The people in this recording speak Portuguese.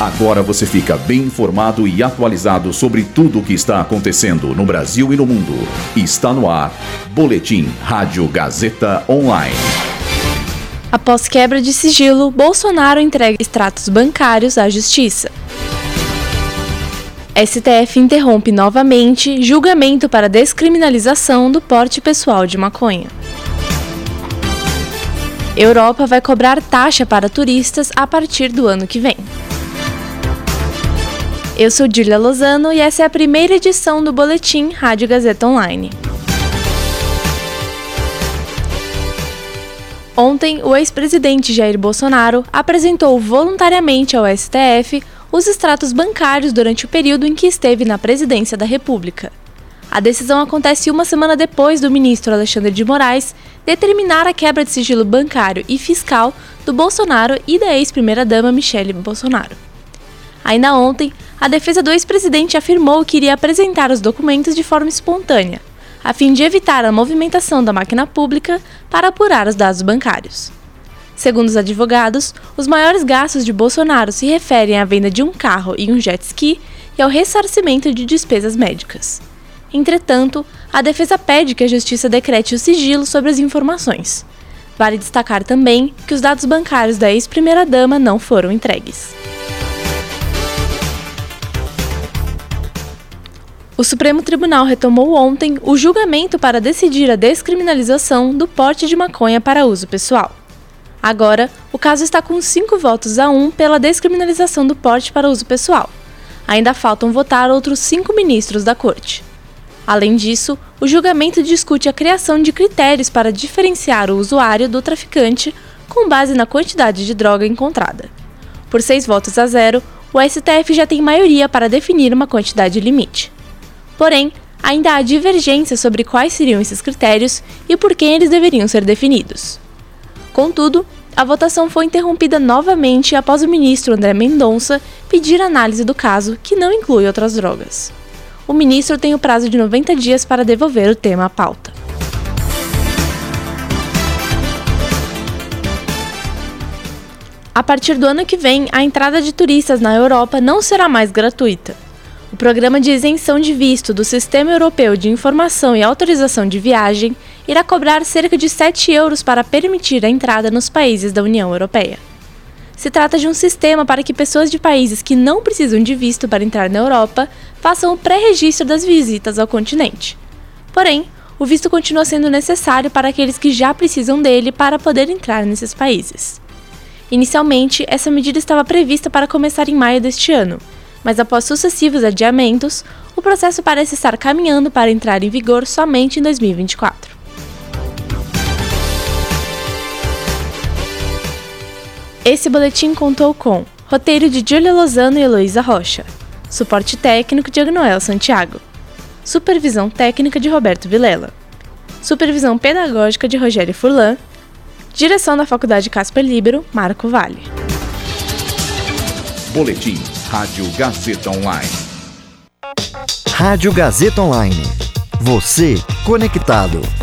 Agora você fica bem informado e atualizado sobre tudo o que está acontecendo no Brasil e no mundo. Está no ar, Boletim Rádio Gazeta Online. Após quebra de sigilo, Bolsonaro entrega extratos bancários à Justiça. STF interrompe novamente julgamento para descriminalização do porte pessoal de maconha. Europa vai cobrar taxa para turistas a partir do ano que vem. Eu sou Dília Lozano e essa é a primeira edição do Boletim Rádio Gazeta Online. Ontem, o ex-presidente Jair Bolsonaro apresentou voluntariamente ao STF os extratos bancários durante o período em que esteve na presidência da República. A decisão acontece uma semana depois do ministro Alexandre de Moraes determinar a quebra de sigilo bancário e fiscal do Bolsonaro e da ex-primeira-dama Michele Bolsonaro. Ainda ontem, a defesa do ex-presidente afirmou que iria apresentar os documentos de forma espontânea, a fim de evitar a movimentação da máquina pública para apurar os dados bancários. Segundo os advogados, os maiores gastos de Bolsonaro se referem à venda de um carro e um jet ski e ao ressarcimento de despesas médicas. Entretanto, a defesa pede que a Justiça decrete o sigilo sobre as informações. Vale destacar também que os dados bancários da ex-primeira-dama não foram entregues. O Supremo Tribunal retomou ontem o julgamento para decidir a descriminalização do porte de maconha para uso pessoal. Agora, o caso está com 5 votos a 1 pela descriminalização do porte para uso pessoal. Ainda faltam votar outros 5 ministros da Corte. Além disso, o julgamento discute a criação de critérios para diferenciar o usuário do traficante com base na quantidade de droga encontrada. Por 6 votos a 0, o STF já tem maioria para definir uma quantidade limite. Porém, ainda há divergência sobre quais seriam esses critérios e por quem eles deveriam ser definidos. Contudo, a votação foi interrompida novamente após o ministro André Mendonça pedir análise do caso, que não inclui outras drogas. O ministro tem o prazo de 90 dias para devolver o tema à pauta. A partir do ano que vem, a entrada de turistas na Europa não será mais gratuita. O programa de isenção de visto do Sistema Europeu de Informação e Autorização de Viagem irá cobrar cerca de 7 euros para permitir a entrada nos países da União Europeia. Se trata de um sistema para que pessoas de países que não precisam de visto para entrar na Europa façam o pré-registro das visitas ao continente. Porém, o visto continua sendo necessário para aqueles que já precisam dele para poder entrar nesses países. Inicialmente, essa medida estava prevista para começar em maio deste ano, mas após sucessivos adiamentos, o processo parece estar caminhando para entrar em vigor somente em 2024. Esse boletim contou com roteiro de Dília Lozano e Heloísa Rocha, suporte técnico de Agnoel Santiago, supervisão técnica de Roberto Vilela, supervisão pedagógica de Rogério Furlan, direção da Faculdade Casper Líbero, Marco Vale. Boletim Rádio Gazeta Online. Rádio Gazeta Online. Você conectado.